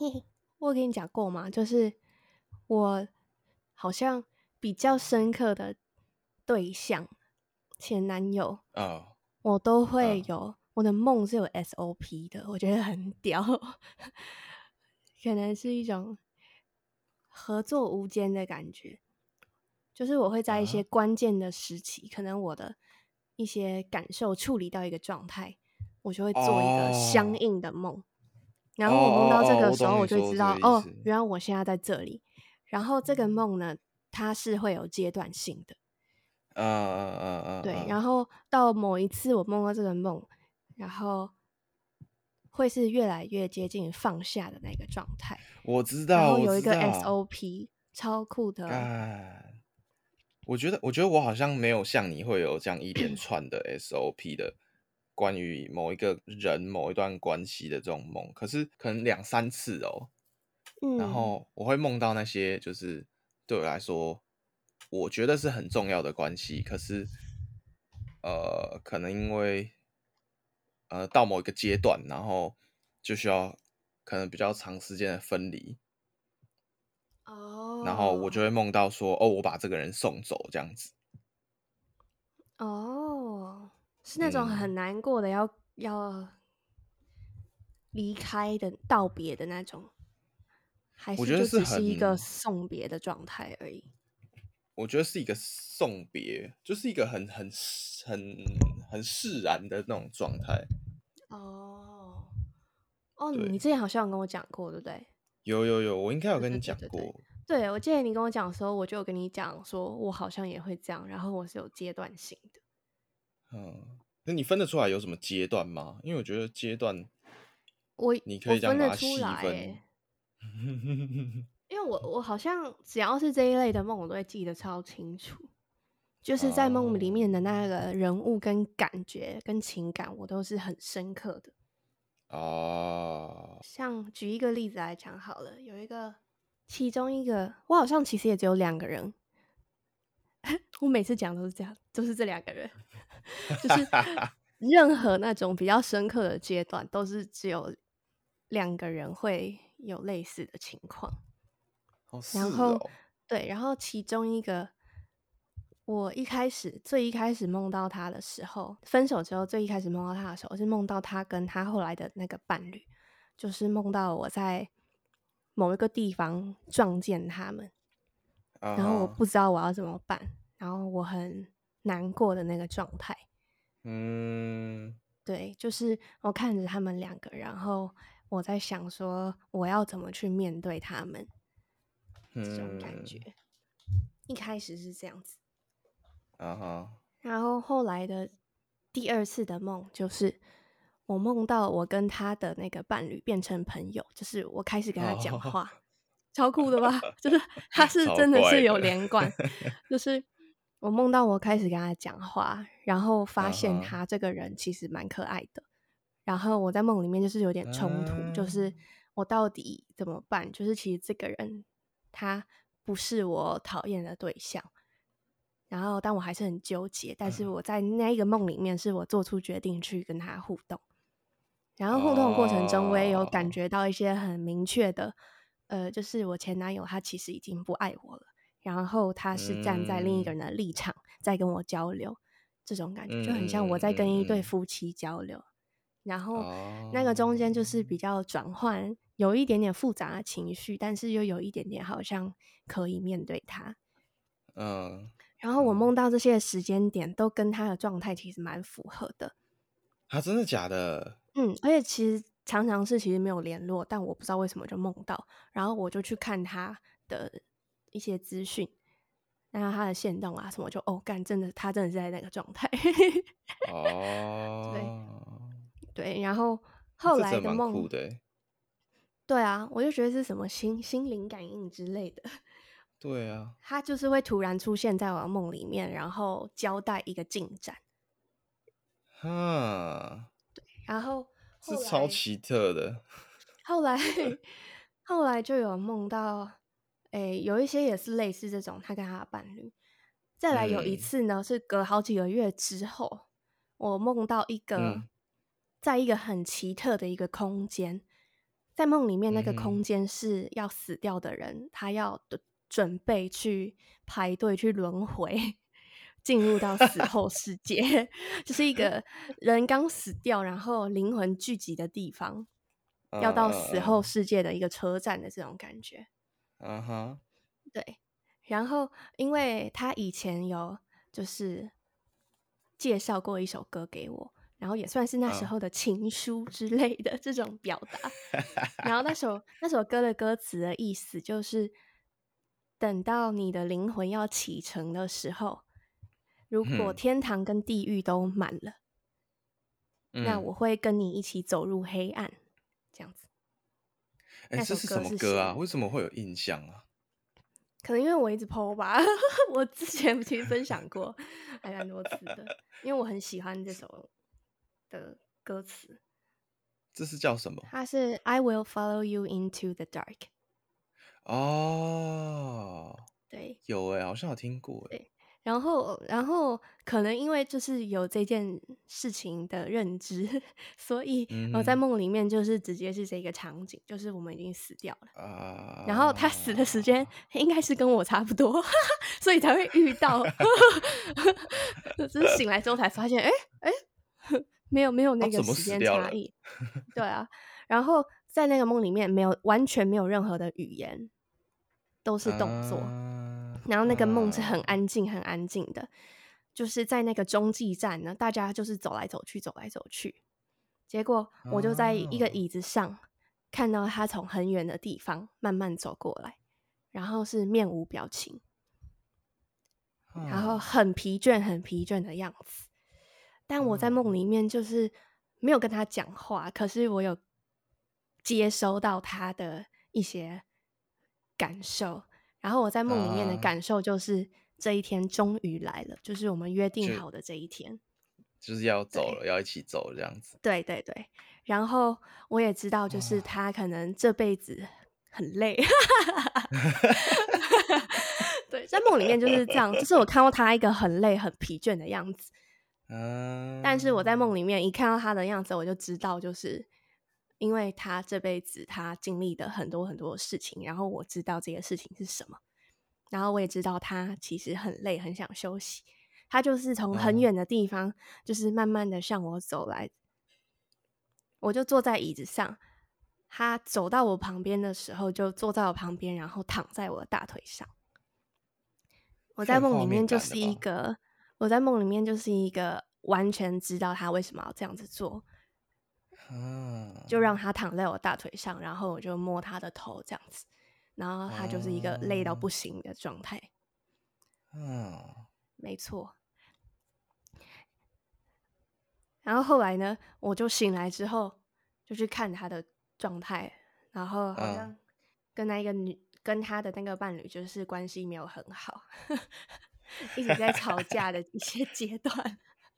我有跟你讲过吗？就是我好像比较深刻的对象，前男友， 啊我都会啊有我的梦是有 SOP 的，我觉得很屌，可能是一种合作无间的感觉。就是我会在一些啊！ 关键的时期，可能我的一些感受处理到一个状态，我就会做一个相哦应的梦。 哦然后我梦到这哦哦， 个时候， 我懂你我就会知道， 说的这个意哦， 思。 原来我现在在这里。然后这个梦呢，它是会有阶段性的，对。然嗯， 后到某一次我梦到这个梦，然后会是越来越接近放下的那个状态。 我知然道，我知后有一个道。 SOP，超酷的。 干，我觉得我好像没有像你会有这样一连串的 SOP 的关于某一个人、某一段关系的这种梦，可是可能两三次哦。然嗯， 后我会梦到那些就是对我来说，我觉得是很重要的关系，可是可能因为到某一个阶段，然后就需要可能比较长时间的分离，然后我就哦。 会梦到说，哦，我把这个人送走这样子。 哦，是那种很嗯， 难过的要离开的道别的那种，还我觉得是是就只是一个很， 送别的状态而已？ 我觉得是一个送别，就是一个很很释然的那种状态。 哦，哦，你对， 之前好像有跟我讲过，对不对？ 有，我应该有对跟你对对对对， 讲过。 对我记得你跟我讲的时候，我就有跟你讲说，我好像也会这样，然后我是有阶段性的。 嗯，那你分得出来有什么阶段吗？因为我觉得阶段我你可我以这样把它分得出细分。 来诶，因为我好像只要是这一类的梦，我都会记得超清楚。就是在梦里哦面的那个人物跟感觉跟情感，我都是很深刻的。 哦， 像举一个例子来讲好了，其中一个，我好像其实也只有两个人，我每次讲都是这样，都是这两个人，就是任何那种比较深刻的阶段，都是只有两个人会有类似的情况。 哦然后是哦。 对，然后其中一个，我最一开始梦到他的时候，分手之后最一开始梦到他的时候，是梦到他跟他后来的那个伴侣，就是梦到我在某一个地方撞见他们，然后我啊哈。 不知道我要怎么办，然后我很难过的那个状态。 嗯对，就是我看着他们两个，然后我在想说我要怎么去面对他们这种感觉。 嗯一开始是这样子。 啊哈。 然后后来的第二次的梦，就是我梦到我跟他的那个伴侣变成朋友，就是我开始跟他讲哦， 话，超酷的吧？就是他是超真的是有怪的。 连贯，就是我梦到我开始跟他讲话，然后发现啊哈。 他这个人其实蛮可爱的。然后我在梦里面就是有点冲突，就嗯是我到底怎么办？就是其实这个人他不是我讨厌的对象，然后但我还是很纠结，但是我在那一个梦里面是我做出决定去跟他互动，然后互动的过程中，我也有感哦， 觉到一些很明确的，就是我前男友他其实已经不爱我了，然后他是站在另一个嗯人的立场在跟我交流，这种感觉就很像我在跟一对嗯， 夫妻交流，然后那个中间哦， 就是比较转换，有一点点复杂的情绪，但是又有一点点好像可以面对他。 嗯然后我嗯， 梦到这些时间点都跟他的状态其实蛮符合的， 真的假的？ 而且其实常常是其实没有联络，但我不知道为什么就梦到，然后我就去看他的一些资讯，然后他的线动啊什么就，干真的他真的是在那个状态。对， 哦， 对，然后后这真的蛮来的梦， 酷的欸。 对啊，我就觉得是什么心灵感应之类的， 对啊。 他就是会突然出现在我的梦里面，然后交代一个进展， 哈， 然后这后来超奇特的。 后来后来就有梦到，有一些也是类似这种，他跟他的伴侣。再来有一嗯次呢，是隔好几个月之后，我梦到在一个很奇特的一个空间， 在梦里面那个嗯哼， 空间是要死掉的人，他要准备去排队去轮回，进入到死后世界，就是一个人刚死掉，然后灵魂聚集的地方，要到死后嗯世界的一个车站的这种感觉。 嗯哼， 对，然后因为他以前有就是介绍过一首歌给我，然后也算是那时嗯候的情书之类的这种表达。然后那首歌的歌词的意思就是，等到你的灵魂要启程的时候，如果嗯天堂跟地狱都满了，那嗯， 我会跟你一起走入黑暗，这样子。 哎，这是什那首歌么歌啊？ 是写为什么会有印象啊？ 可能因为我一直 po 吧，我之前其实分享过还蛮多次的，因为我很喜欢这首的歌词， 这是叫什么？ 它是 I will follow you into the dark。 哦， 对有哎，好像有听过哎。 对，然后可能因为就是有这件事情的认知，所以我在嗯梦里面就是直接是这个场景，就是我们已经死掉了。 哼， 然后他死的时啊， 间应该是跟我差不多，所以才会遇到。只是醒来之后才发现，哎，没有那个怎么时间死掉了？ 差异。对啊，然后在那个梦里面完全没有任何的语言，都是动作。 啊然后那个梦是很啊安静、很安静的，就是在那个中继站呢，大家就是走来走去、走来走去。结果我就在一个啊椅子上看到他从很远的地方慢慢走过来，然后是面无表情，然后啊很疲倦、很疲倦的样子。但我在梦啊里面就是没有跟他讲话，可是我有接收到他的一些感受。然后我在梦里面的啊！ 感受就是这一天终于来了，就是我们约定就好的这一天。 就是要走对， 了，要一起走这样子对对对。然后我也知道，就是啊。 他可能这辈子很累。对，在梦里面就是这样，就是我看到他一个很累、很疲倦的样子。但是我在梦嗯里面一看到他的样子，我就知道，就是因为他这辈子他经历的很多很多事情，然后我知道这个事情是什么，然后我也知道他其实很累，很想休息。他就是从很嗯远的地方，就是慢慢的向我走来，我就坐在椅子上，他走到我旁边的时候，就坐在我旁边，然后躺在我的大腿上。我在太有梦里画面面就是一感了吧？ 个，我在梦里面就是一个完全知道他为什么要这样子做，就让啊他躺在我大腿上，然后我就摸他的头这样子，然后他就是一个累到不啊行的状态。 啊没错。然后后来呢，我就醒来之后就去看他的状态，然后好啊！ 像跟他的那个伴侣就是关系没有很好，一直在吵架的一些阶段。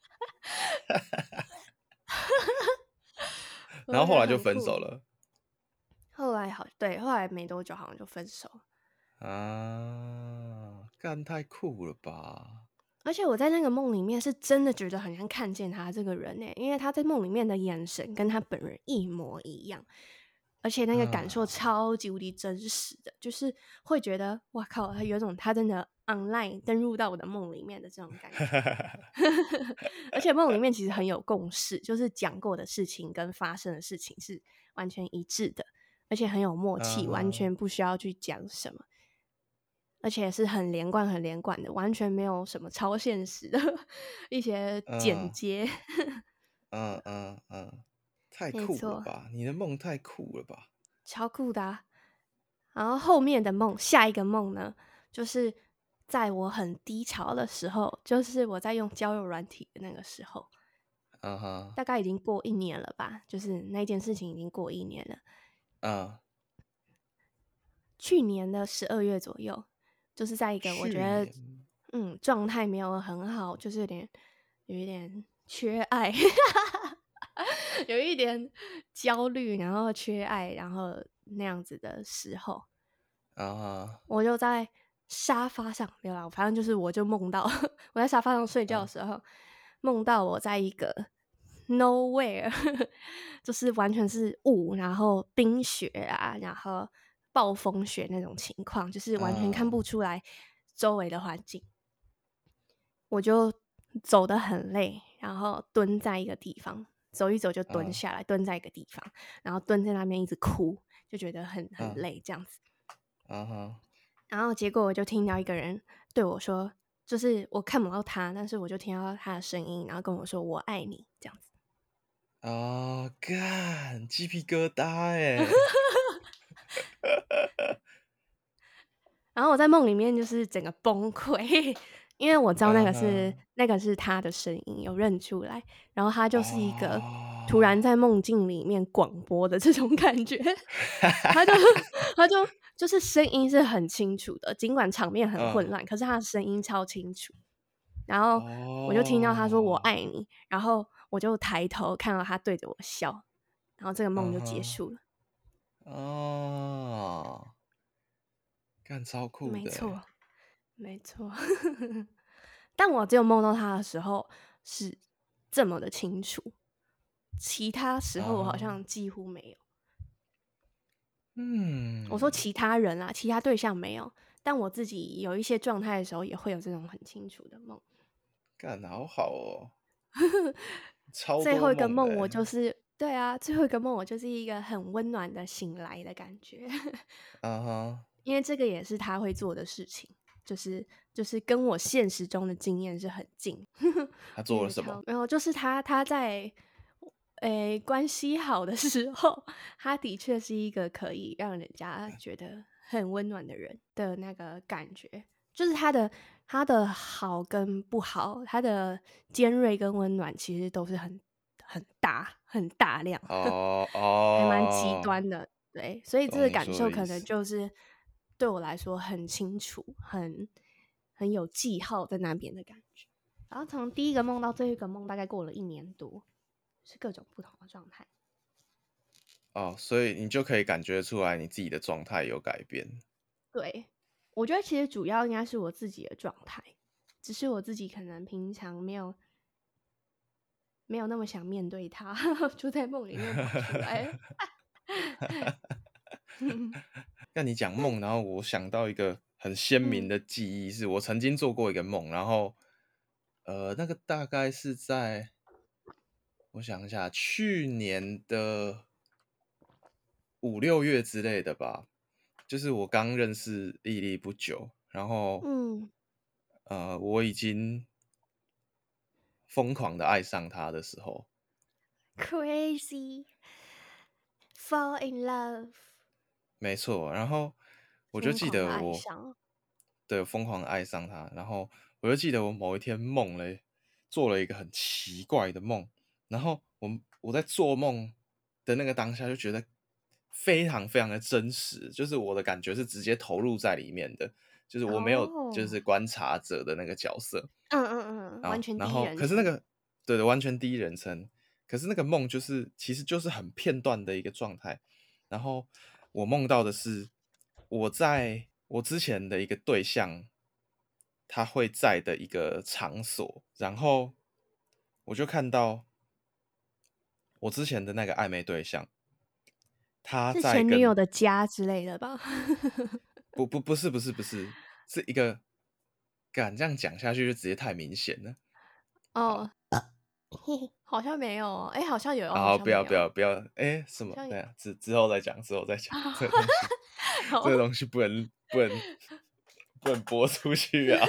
我然就觉得后后来就分很酷。 手了后来对，后来没多久好像就分手了。 啊！干太酷了吧？ 而且我在那个梦里面是真的觉得很像看见他这个人因为他在梦里面的眼神跟他本人一模一样，而且那个感受啊超级无敌真实的，就是会觉得哇靠，他有种他真的 online 登入到我的梦里面的这种感觉。而且梦里面其实很有共识，就是讲过的事情跟发生的事情是完全一致的，而且很有默契，完啊全不需要去讲什么。而且是很连贯、很连贯的，完全没有什么超现实的一些剪啊接。 太没错， 酷了吧！你的梦太酷了吧！ 超酷的啊。然后后面的梦，下一个梦呢，就是在我很低潮的时候，就是我在用交友软体的那个时候， 啊哈大概已经过1年了吧，就是那件事情已经过1年了。 啊， 去年的12月左右，就是在一个我觉得去年状态没有很好，就是有一点缺爱，有一点焦虑，然后缺爱，然后那样子的时候， 啊哈我就在沙发上，没有啦，反正就是我就梦到我在沙发上睡觉的啊时候，梦到我在一个 nowhere，就是完全是雾，然后冰雪啊，然后暴风雪那种情况，就是完全看不出来周围的环境。我就走得很累，然后蹲在一个地方，走一走就蹲下来，蹲在一个地方，然后蹲在那边一直哭，就觉得很累这样子。然后结果我就听到一个人对我说，就是我看不到他，但是我就听到他的声音，然后跟我说“我爱你”这样子。 干，鸡皮疙瘩哎！ 然后我在梦里面就是整个崩溃，因为我知道那个是他的声音，有认出来。然后他就是一个突然在梦境里面广播的这种感觉，他就就是声音是很清楚的，尽管场面很混乱，可是他的声音超清楚。然后我就听到他说“我爱你”，然后我就抬头看到他对着我笑，然后这个梦就结束了。 干超酷的， 没错，没错。但我只有梦到他的时候是这么的清楚，其他时候我好像几乎没有。我说其他人啦，其他对象没有，但我自己有一些状态的时候也会有这种很清楚的梦。 干好好哦，超最后一个多梦的梦我就是对啊，最后一个梦我就是一个很温暖的醒来的感觉。因为这个也是他会做的事情，就是跟我现实中的经验是很近。 他做了什么？ 然后就是他在关系好的时候，他的确是一个可以让人家觉得很温暖的人的那个感觉，就是他的好跟不好，他的尖锐跟温暖其实都是很大量，还蛮极端的。对，所以这个懂你感受可能说的意思。 就是对我来说很清楚，很有记号在那边的感觉。然后从第一个梦到最后一个梦，大概过了1年多，是各种不同的状态。 所以你就可以感觉出来你自己的状态有改变。 对，我觉得其实主要应该是我自己的状态，只是我自己可能平常没有那么想面对它，就在梦里面跑出来。 那你讲梦，然后我想到一个很鲜明嗯， 的记忆，是我曾经做过一个梦，然后那个大概是在我想一下，去年的5、6月之类的吧，就是我刚认识丽丽不久，然后嗯我已经疯狂的爱上她的时候， ，crazy fall in love， 没错，然后我就记疯狂的得我爱上。 对疯狂的爱上她，然后我就记得我某一天梦嘞，做了一个很奇怪的梦，然后我在做梦的那个当下就觉得非常非常的真实，就是我的感觉是直接投入在里面的，就是我没有就哦， 是观察者的那个角色， 完全第一然后人称。 可是那个对的完全第一人称，可是那个梦其实就是很片段的一个状态，然后我梦到的是我在我之前的一个对象，他会在的一个场所，然后我就看到我之前的那个暧昧对象，他是前女友在跟的家之类的吧？ 不是，是一个敢这样讲下去就直接太明显了。 哦， 好， 好像没有哦，好像有哦，好然后不要不像没有， 要不要，哎，什么？ 好像有。 对啊，之后再讲，之后再讲，这个东西，这好， 个东西不能播出去啊。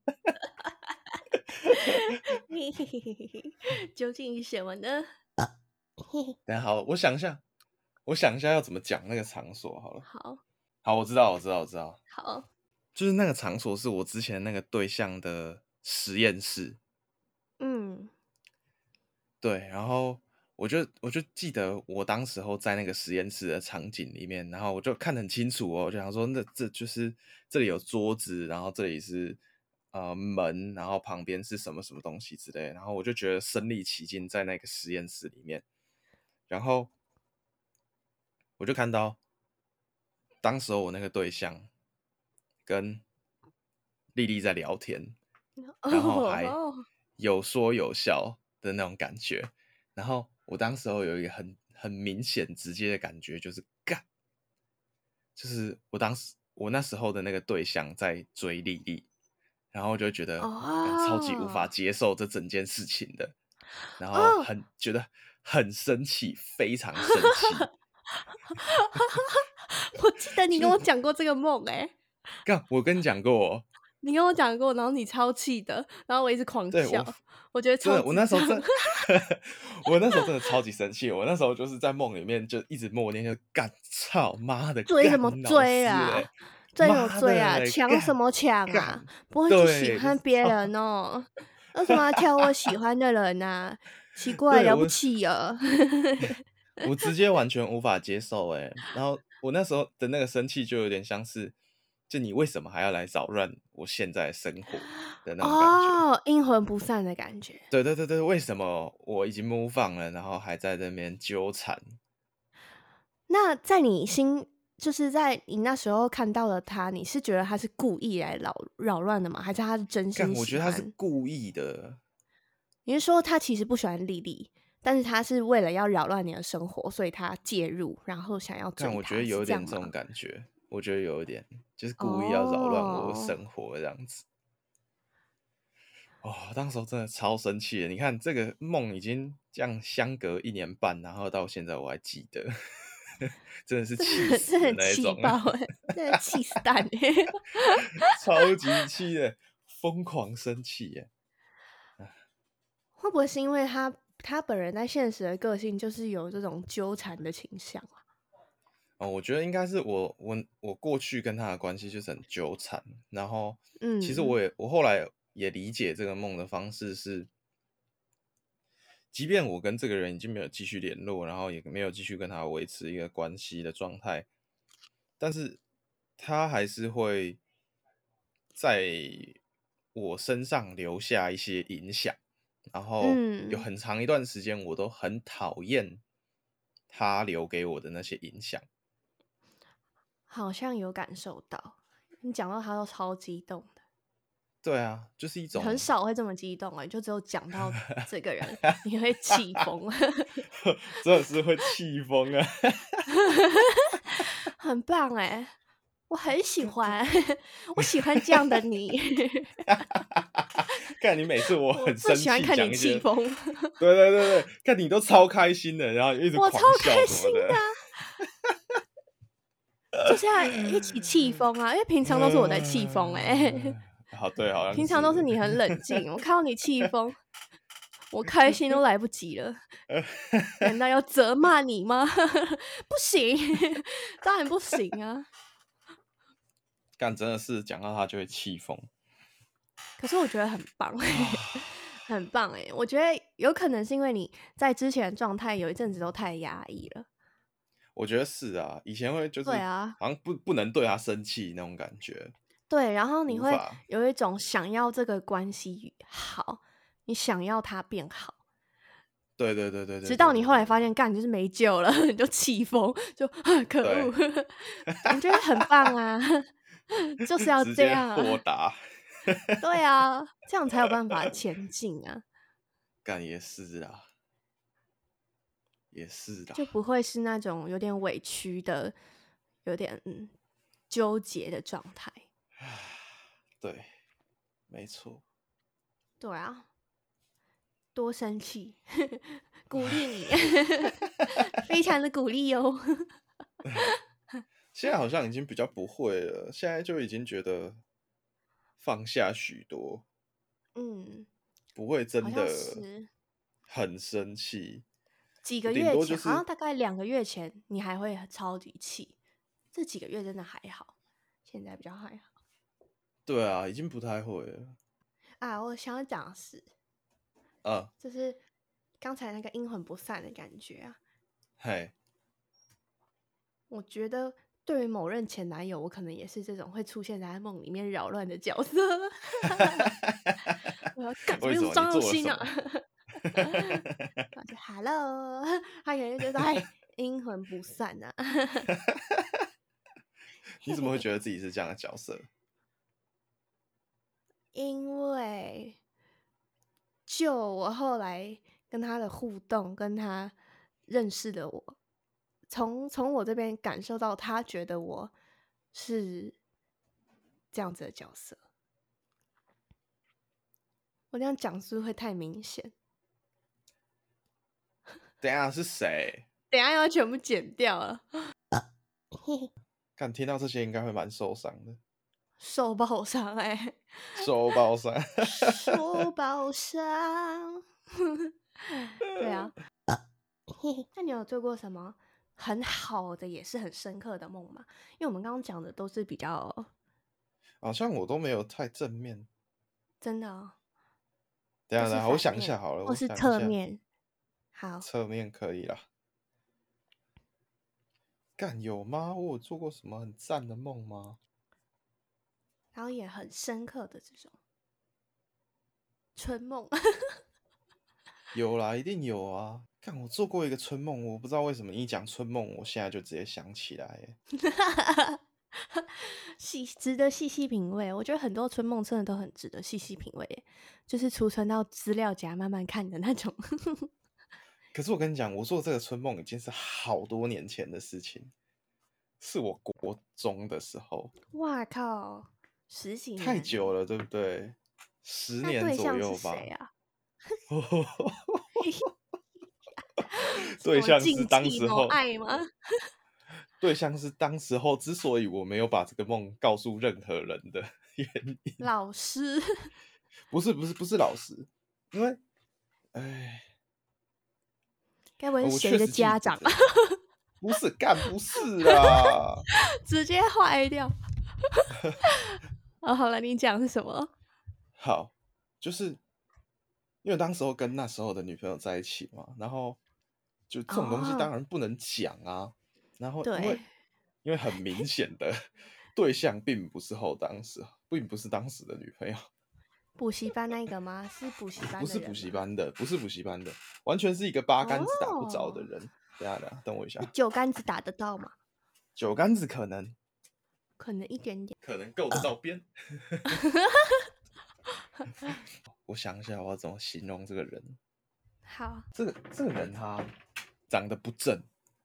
究竟是什么呢？ 等一下好，我想一下要怎么讲那个场所好了。 好好，我知道， 好， 就是那个场所是我之前那个对象的实验室。 嗯， 对，然后我就记得我当时候在那个实验室的场景里面，然后我就看得很清楚哦，我就想说，那这就是这里有桌子，然后这里是门，然后旁边是什么什么东西之类的，然后我就觉得身临其境在那个实验室里面，然后我就看到当时候我那个对象跟丽丽在聊天，然后还哦， 有说有笑的那种感觉。 然后我当时候有一个很明显直接的感觉，就是干，就是我那时候的那个对象在追莉莉，然后我就觉得干超级无法哦接受这整件事情的，然后哦， 觉得很生气，非常生气， 我记得你跟我就是讲过这个梦干我跟你讲过， 你跟我讲过，然后你超气的，然后我一直狂对笑，我觉得超真的，我那时候智障。 我那时候真的超级生气。我那时候就是在梦里面就一直默念，就干操妈的， 追什么干你老追啊？ 师嘞， 追什么妈追啊？ 的嘞， 抢什么抢干， 啊？不会去喜对，就欢别是操， 人哦？为什么要挑我喜欢的人啊？奇怪， 对了不起啊！ 我直接完全无法接受哎。然后我那时候的那个生气就有点像是，就你为什么还要来扰乱我现在的生活的那种感觉。 哦，阴魂不散的感觉。 对对对对，为什么我已经 move on 了，然后还在那边纠缠？ 那在你心，就是在你那时候看到的他，你是觉得他是故意来扰乱的吗？还是他是真干， 心我觉得他是喜欢？ 故意的。 你是说他其实不喜欢莉莉，但是他是为了要扰乱你的生活，所以他介入，然后想要看， 追她， 我觉得有是这样吗？ 点这种感觉，我觉得有一点，就是故意要扰乱我的哦， 生活这样子。哦，当时候真的超生气的。你看这个梦已经这样相隔1年半，然后到现在我还记得，真的是气死的真的那一种啊， 气爆真的气死蛋超级气的，疯狂生气耶。 会不会是因为他本人在现实的个性就是有这种纠缠的倾向啊？ 哦，我觉得应该是我过去跟他的关系就是很纠缠，然后其实嗯我后来也理解这个梦的方式是，即便我跟这个人已经没有继续联络，然后也没有继续跟他维持一个关系的状态，但是他还是会在我身上留下一些影响，然后有嗯， 很长一段时间我都很讨厌他留给我的那些影响。 好像有感受到，你讲到他都超激动的， 对啊，就是一很种少会这么激动就只有讲到这个人，你会气疯， 真的是会气疯啊！ 很棒我很喜欢，我喜欢这样的你， 看你每次我我很生气最喜欢看你讲一些， 气疯， 对对对对，看你都超开心的，然后一直我超狂笑开心什么的。 的就是要一起气疯啊，因为平常都是我在气疯好，对，好像平常都是是。 你很冷静，我看到你气疯，我开心都来不及了。难道要责骂你吗？不行，当然不行啊。 干真的是讲到他就会气疯可是我觉得很棒， 啊！ 很棒我觉得有可能是因为你在之前的状态有一阵子都太压抑了。 我觉得是啊，以前会就是对啊， 好像不能对他生气那种感觉， 对，然后你会无法。 有一种想要这个关系好，你想要它变好。 对对对对对直到你对对对对后来发现，干就是没救了，你就气疯，就可恶， 对， 我觉得很棒啊，就是要直接这样啊， 豁达。 对啊，这样才有办法前进啊， 干也是啊，也是啦。 就不会是那种有点委屈的、有点纠结的状态。 对，没错。 对啊，多生气，鼓励你，非常的鼓励哦。 现在好像已经比较不会了，现在就已经觉得放下许多， 嗯， 不会好像真的是很生气， 几我顶个月前，好像多就是大概2个月前，你还会超级气。这几个月真的还好，现在比较还好对啊，已经不太会了。 啊。我想要讲的是， 嗯， 就是刚才那个阴魂不散的感觉啊。 嘿， 我觉得对于某任前男友，我可能也是这种会出现在梦里面扰乱的角色。我要干什么？ 为什么你用张用心啊！ 做了什么？ 然后就 Hello，他可能就觉得哎，阴魂不散啊。 你怎么会觉得自己是这样的角色？ 因为就我后来跟他的互动，跟他认识的我，从我这边感受到他觉得我是这样子的角色。我这样讲是不是会太明显？ 等一下是谁？ 等一下要全部剪掉了。 看听到这些应该会蛮受伤的， 受爆伤受爆伤。 受爆伤。对啊。那你有做过什么很好的，也是很深刻的梦吗？因为我们刚刚讲的都是比较好像我都没有太正面。 真的哦， 等一下， 都是等一下，我反面想一下好了， 或是我想一下， 侧面。好， 侧面可以啦。干有吗？我有做过什么很赞的梦吗？ 然后也很深刻的这种春梦。 有啦，一定有啊！干，我做过一个春梦，我不知道为什么你一讲春梦，我现在就直接想起来耶。 值得细细品味。我觉得很多春梦真的都很值得细细品味耶，就是储存到资料夹慢慢看的那种。 可是我跟你讲，我做这个春梦已经是好多年前的事情，是我国中的时候， 哇靠，10几太年久了，对不对？10 那年左对象是右吧。 谁啊？ 对什么象是当禁忌某时候， 爱吗？ 对象是当时候之所以我没有把这个梦告诉任何人的原因。 老师。 不是老师，因为，哎， 该不会是我谁的确实记家长？ 得，不是干，不是啦。 直接坏掉。哦，好了，你讲是什么？ 好，就是因为当时候跟那时候的女朋友在一起嘛，然后就这种东西当哦， 然不能讲啊。然后对， 因为很明显的对象并不是当时的女朋友。 补习班那个吗？是补习班不是补的人吗？ 习班的，不是补习班的，完全是一个八竿子打不着的哦， 人。等一下，等我一下， 酒杆子打得到吗？ 九竿子可能一点点。 可能够得到边。我想一下，我要怎么形容这个人？ 好， 这个人他长得不正，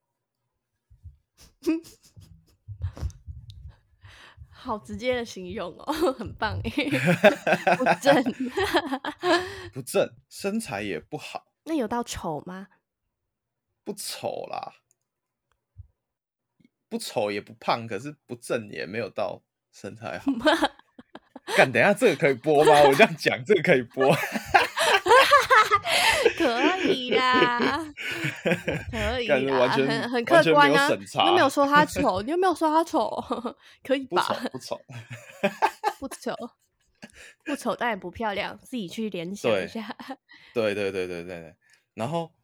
好直接的形容哦，很棒不正。 不正，身材也不好， 那有到丑吗？ 不丑啦，不丑也不胖，可是不正也没有到身材好。干，等一下这个可以播吗？我这样讲，这个可以播。 可以啦，可以啦， 干完全很完全没有客观啊。 审查。 你又没有说他丑，你又没有说他丑，可以不吧？ 丑不丑。 不丑，不丑但也不漂亮，自己去联想一对下。 对。然后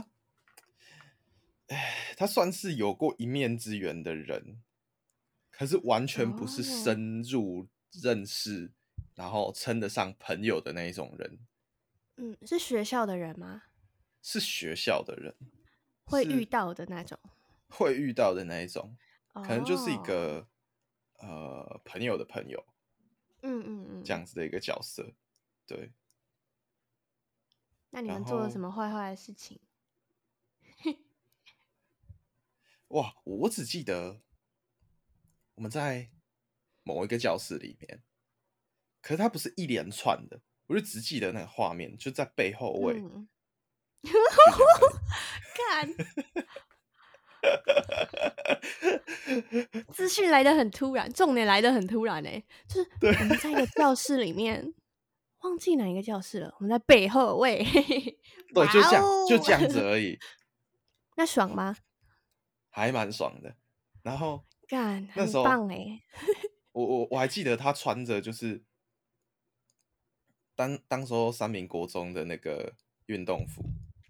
他算是有过一面之缘的人，可是完全不是哦， 深入认识，然后称得上朋友的那一种人， 嗯，是学校的人吗？ 是学校的人， 会遇是到的那种。 会遇到的那一种，可能就是一哦， 个朋友的朋友这嗯， 样子的一个角色。对， 那你们做了什然后么坏坏的事情？ 哇，我只记得我们在某一个教室里面，可是它不是一连串的，我就只记得那个画面，就在背后位， 嗯， 就这样而已。 看资讯来的很突然，重点来的很突然就是对我们在一个教室里面，忘记哪一个教室了，我们在背后位。 对， 哇就哦， 这样子而已， 那爽吗？ 还蛮爽的。然后干，很那时候棒我还记得他穿着就是当时候三民国中的那个运动服。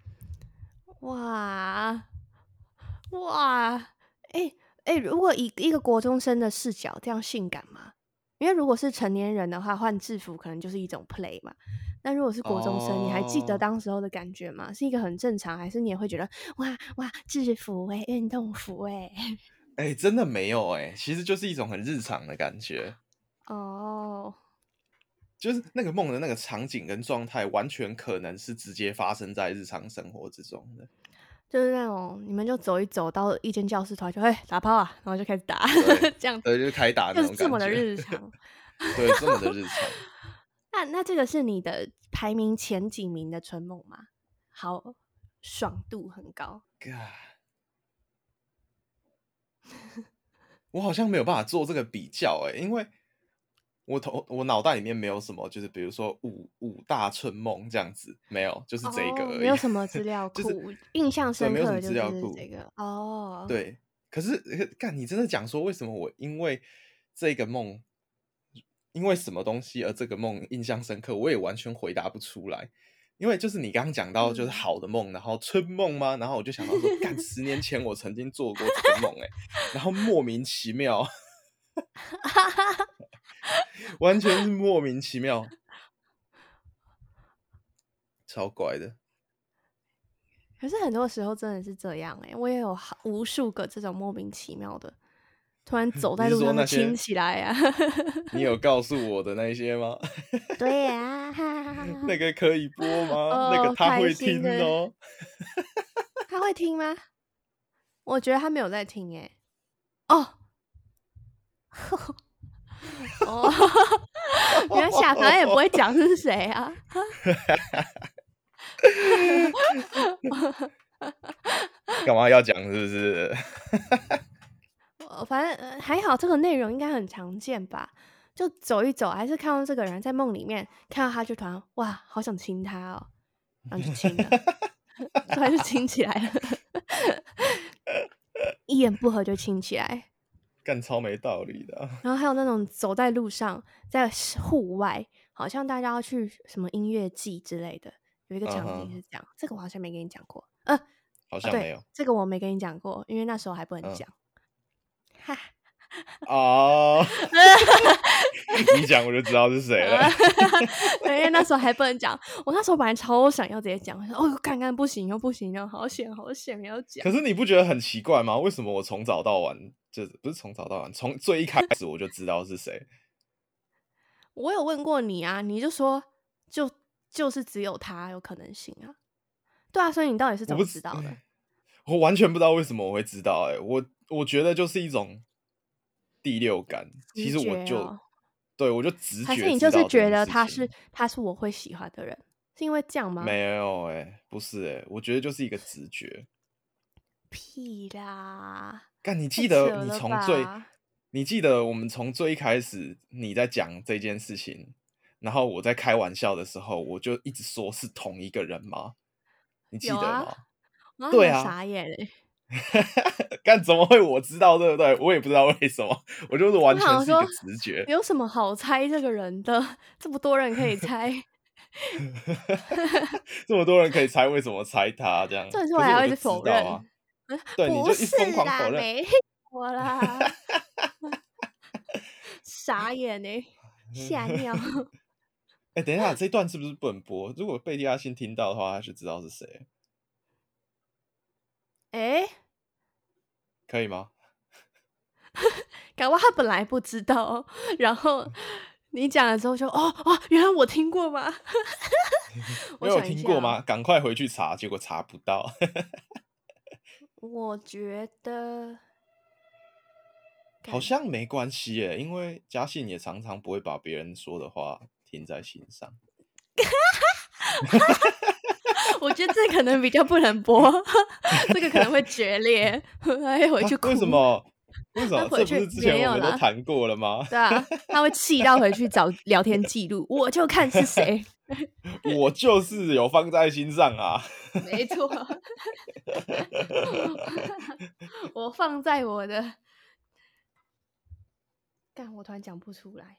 哇哇，如果以一个国中生的视角，这样性感吗？因为如果是成年人的话，换制服可能就是一种 play 嘛。那如果是国中生，你还记得哦， 当时候的感觉吗？是一个很正常，还是你也会觉得哇制服运动服真的没有其实就是一种很日常的感觉。 哦， 就是那个梦的那个场景跟状态，完全可能是直接发生在日常生活之中的。 就是那种你们就走一走到一间教室，突然就打炮啊，然后就开始打， 对这样子， 对，就是开打那就是种感觉。 这么的日常。 对，这么的日常。 那这个是你的排名前几名的春梦吗？好，爽度很高。 God，我好像没有办法做这个比较因为我脑袋里面没有什么，就是比如说五大春梦这样子，没有，就是这一个哦， 而已。 没有什么资料就是库，印象对， 深没有什么资刻的就料库。 是这个哦。 对，可是干，你真的讲说为什么我因为这个梦，因为什么东西而这个梦印象深刻，我也完全回答不出来。因为就是你刚刚讲到就是嗯， 好的梦，然后春梦吗？然后我就想到说，干10年前我曾经做过这个梦然后莫名其妙，完全是莫名其妙，超怪的。 可是很多时候真的是这样我也有无数个这种莫名其妙的，突然走你是在路上就亲说那些起来啊。 你有告诉我的那一些吗？ 对呀、 那个可以播吗？那个哦， 他会开心的， 听哦。 他会听吗？我觉得他没有在听哦哦，原来下凡也不会讲是谁啊。 干嘛要讲？是不是？ 反正还好，这个内容应该很常见吧？就走一走，还是看到这个人在梦里面看到他，就突然哇，好想亲他哦，然后就亲了，突然就亲起来了，一言不合就亲起来。 干超没道理的然后还有那种走在路上，在户外，好像大家要去什么音乐季之类的，有一个场景是这样。这个我好像没跟你讲过。对， 好像没有。 这个我没跟你讲过，因为那时候还不能嗯。 讲。哈， 哦，你讲我就知道是谁了。 对，因为那时候还不能讲。我那时候本来超想要直接讲，说哦，看看不行又不行，好险好险没有讲。 可是你不觉得很奇怪吗？为什么我从早到晚，就是不是从早到晚，从最一开始我就知道是谁？ 我有问过你啊，你就说就是只有他有可能性啊。对啊，所以你到底是怎么我不知， 知道的？ 我完全不知道为什么我会知道。我觉得就是一种第六感。其直实觉哦。 我就直还是觉你就是觉知道这件得他是事情。 我会喜欢的人，是因为这样吗？ 没有不是我觉得就是一个直觉。 屁啦， 干， 太扯了吧！ 你记得我们从最一开始你在讲这件事情，然后我在开玩笑的时候，我就一直说是同一个人吗？你记有啊， 得吗？ 我那时候对啊。 傻眼干怎么会我知道对不对？我也不知道为什么，我就是我完全想说是一个直觉。 有什么好猜这个人的？这么多人可以猜， 这么多人可以猜为什么猜他这样， 这时候可是我就还要一直知道啊。 否认， 对，你就一不是疯狂否啦， 认。 没我啦，傻眼吓尿。 等一下，这一段是不是不能播？如果贝蒂亚信听到的话，他就知道是谁， 哎， 可以吗？ 搞不好他本来不知道，然后你讲了之后就原来我听过吗？我没有想一下听过吗？赶快回去查，结果查不到。 我觉得好像没关系因为嘉信也常常不会把别人说的话听在心上。 我觉得这可能比较不能播，这个可能会决裂，还回去哭。 为什么？为什么？这不他回去是之前我没有啦， 们都谈过了吗？ 对啊，他会气到回去找聊天记录，我就看是谁。 我就是有放在心上啊。 没错，我放在我的，干，我突然讲不出来，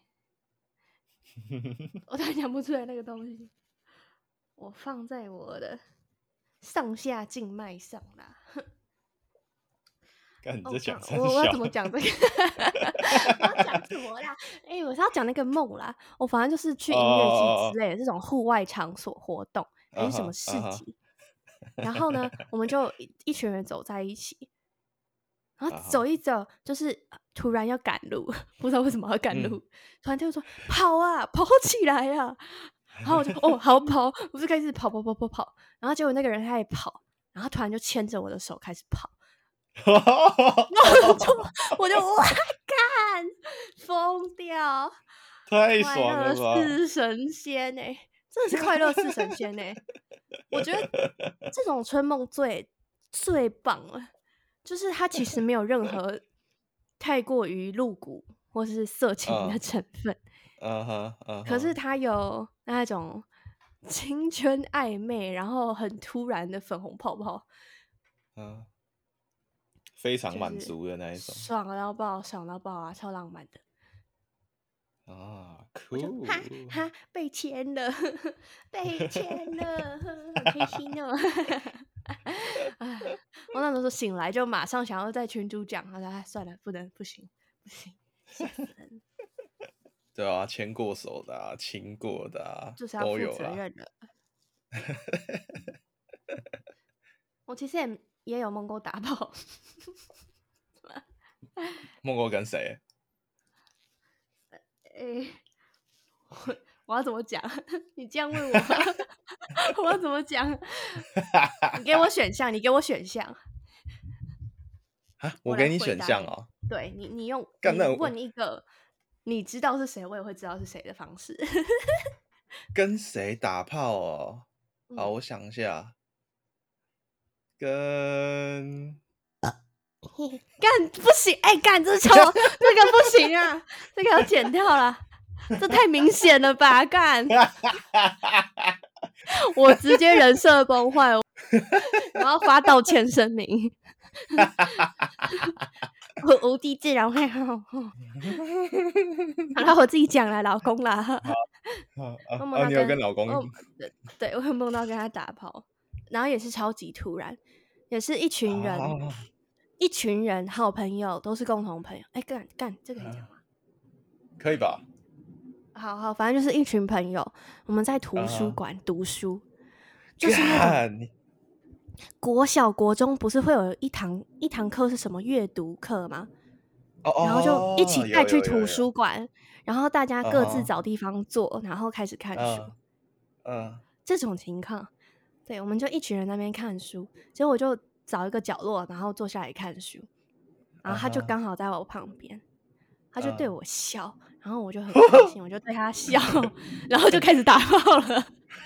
我突然讲不出来那个东西，我放在我的上下静脉上啦。 看你在讲三我要小怎么讲这个？我要讲什么啦？我是要讲那个梦啦。我反正就是去音乐季之类的这种户外场所活动，还是什么市集。然后呢，我们就一群人走在一起， 然后走一走，就是突然要赶路，不知道为什么要赶路，突然就说跑啊，跑起来啊！然后我就好跑，我就开始跑，然后结果那个人他也跑，然后突然就牵着我的手开始跑，然后我就哇干疯掉， 太爽了吧！ 快乐似神仙欸，真的是快乐似神仙欸！我觉得这种春梦最棒了，就是它其实没有任何太过于露骨或是色情的成分，可是它有那种青春暧昧，然后很突然的粉红泡泡， 非常满足的那一种， 爽到爆，爽到爆啊，超浪漫的。我就酷， 哈被牵了，被牵了，好开心哦！我那时候醒来就马上想要在群主讲，算了，不行，吓死人！ 对啊，牵过手的啊，亲过的啊， 就是要负都有啦。 责任的。我其实也有梦过打炮， 梦过跟谁？ 我要怎么讲？你这样问我，我要怎么讲？你给我选项。 啊，我给你选项哦。 对你你问一个你知道是谁，我也会知道是谁的方式。 跟谁打炮哦？好，我想一下，跟干不行，干这个不行啊，这个要剪掉了，这太明显了吧，干！我直接人设崩坏，我要发道歉声明。我无地自容会好了，我自己讲了，老公啦。 你有跟老公？ 对，我有梦到跟他打炮，然后也是超级突然，也是一群人，好朋友，都是共同朋友。干，这个可以讲吗？ 可以吧？ 好，反正就是一群朋友，我们在图书馆读书，就是那种国小国中不是会有一堂课是什么阅读课吗？然后就一起带去图书馆，然后大家各自找地方坐，然后开始看书。这种情况，对，我们就一群人在那边看书，结果我就找一个角落，然后坐下来看书，然后他就刚好在我旁边，他就对我笑，然后我就很开心，我就对他笑，然后就开始打炮了。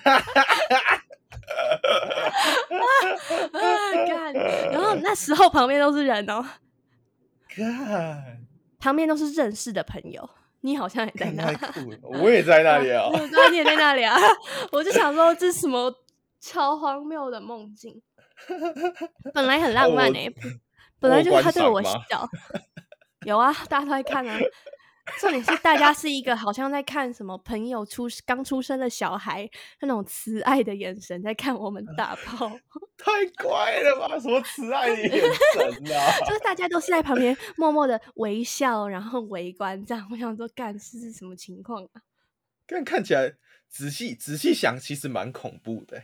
干！然后那时候旁边都是人哦，旁边都是认识的朋友，你好像也在那， 我也在那里啊， 对，你也在那里啊。我就想说这是什么超荒谬的梦境，本来很浪漫本来就是他对我笑，有啊，大家都在看啊。重点是大家是一个好像在看什么朋友刚出生的小孩那种慈爱的眼神在看我们打炮， 太怪了吧？什么慈爱的眼神啊？ 就是大家都是在旁边默默的微笑，然后围观这样。我想说，干是什么情况啊？ 看起来仔细想，其实蛮恐怖的。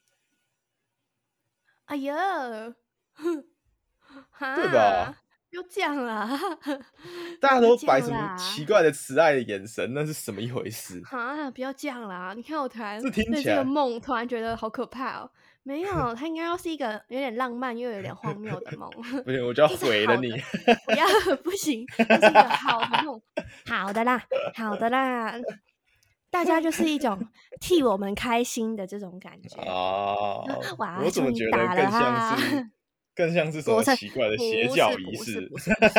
哎呀， 对吧？ 不要这样啦！ 大家都摆什么奇怪的慈爱的眼神，那是什么一回事？ 不要这样啦！你看我突然对这个梦突然觉得好可怕哦。没有，它应该要是一个有点浪漫又有点荒谬的梦。 不行，我就要毁了你！ 不要，不行，这是一个好的梦。好的啦，大家就是一种替我们开心的这种感觉哇！ 我怎么觉得更像是什么奇怪的邪教仪式？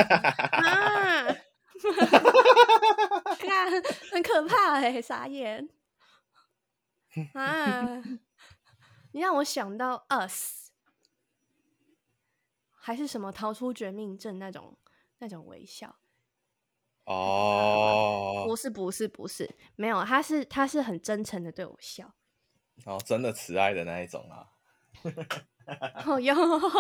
看，很可怕傻眼啊！你让我想到 Us， 还是什么逃出绝命镇那种微笑不是，没有，他是很真诚的对我笑， 真的慈爱的那一种啊。 有，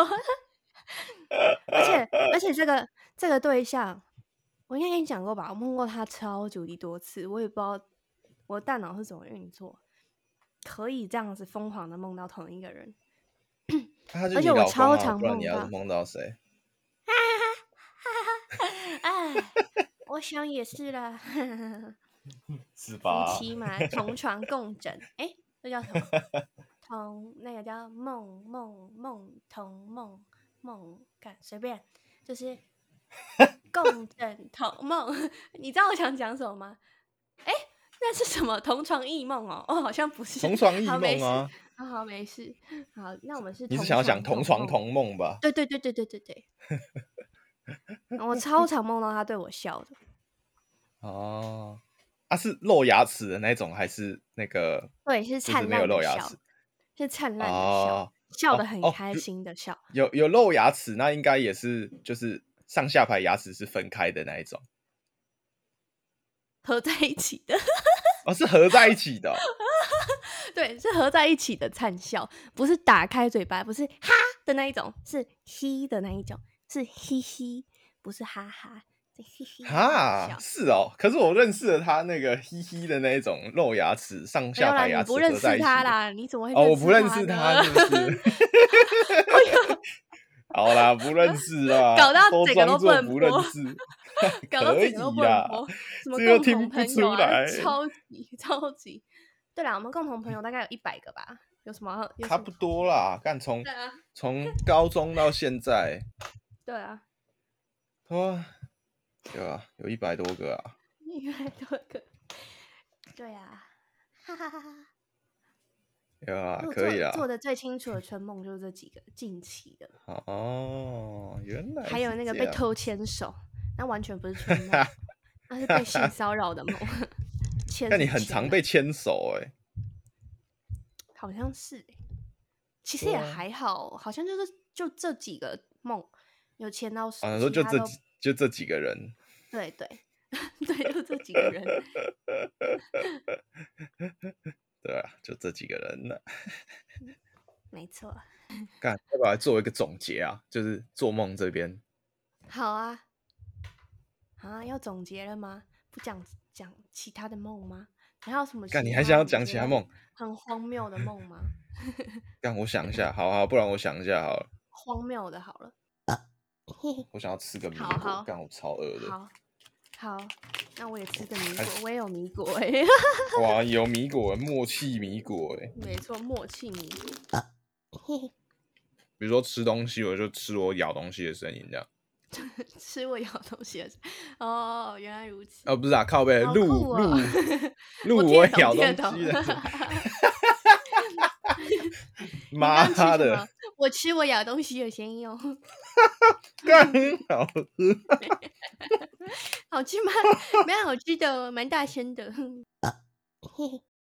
而且这个对象，我应该跟你讲过吧？我梦过他超级无敌多次，我也不知道我的大脑是怎么运作，可以这样子疯狂的梦到同一个人。 而且我超常梦到，不然你要梦到谁？ 哎，我想也是啦。夫是吧？ 妻嘛，同床共枕，哎，这叫什么？那个叫梦同梦，干随便，就是共枕同梦。你知道我想讲什么吗？哎，那是什么？同床异梦哦？哦，好像不是。 同床异好，没事。 梦啊， 好，没事。好，那我们是你是想要讲同床同床共梦。 同梦吧？ 对。我超常梦到他对我笑的。 哦，是露牙齿的那种，还是那个对，是灿就是没有烂的笑， 露牙齿？ 是灿烂的笑， 哦笑得很开就心的笑。 有露牙齿，那应该也是就是上下排牙齿是分开的那一种。 合在一起的。 是合在一起的哦。 对，是合在一起的灿笑，不是打开嘴巴，不是哈的那一种，是嘿的那一种，是嘿嘿，不是哈哈，是嘿嘿的那种笑。 是哦，可是我认识了他那个嘻嘻的那一种露牙齿、上没有啦， 下排牙你不齿合在认识一起的。 他啦，你怎么会认我不认识他呢？ 识他，是不是？好啦，不认识啦， 搞到都整个都不装作不认能播， 识， 搞到可整个都不能以啦， 播。什么这又共同听不朋友啊， 出来， 超级。对啦，我们共同朋友大概有100个吧，有什么？ 差不多啦。干从对啊， 高中到现在， 对啊， 哇，对啊，有100多个啊。 100多个，对啊，哈哈哈哈。 有啊， 我可以啦。 做的最清楚的春梦就是这几个近期的。 哦，原来还有那个是这样被偷牵手，那完全不是春梦，那是被性骚扰的梦。 但你很常被牵手哎。 好像是其实也还好，好像就这几个梦有牵到手， 说其他都就这几个人。 对，就这几个人。 对啊，就这几个人了。 没错。 干，要不要来做一个总结啊？就是做梦这边。 好啊。要总结了吗？不讲其他的梦吗？还有什么？ 干，你还想要讲其他梦？ 很荒谬的梦吗？ 干，我想一下，好，不然我想一下好了。 荒谬的，好了。 我想要吃个米好果，干，我超饿的。 好，那我也吃个米果，我也有米果哎。 哇，有米果，默契米果哎。 没错，默契米果。 比如说吃东西，我就吃我咬东西的声音这样。 吃我咬东西的声音。哦，原来如此。 不是啊，靠背录我咬东西的。 妈的， 我吃我咬东西的声音哦。 干，好喝。 好吃吗？蛮好吃的，蛮大声的。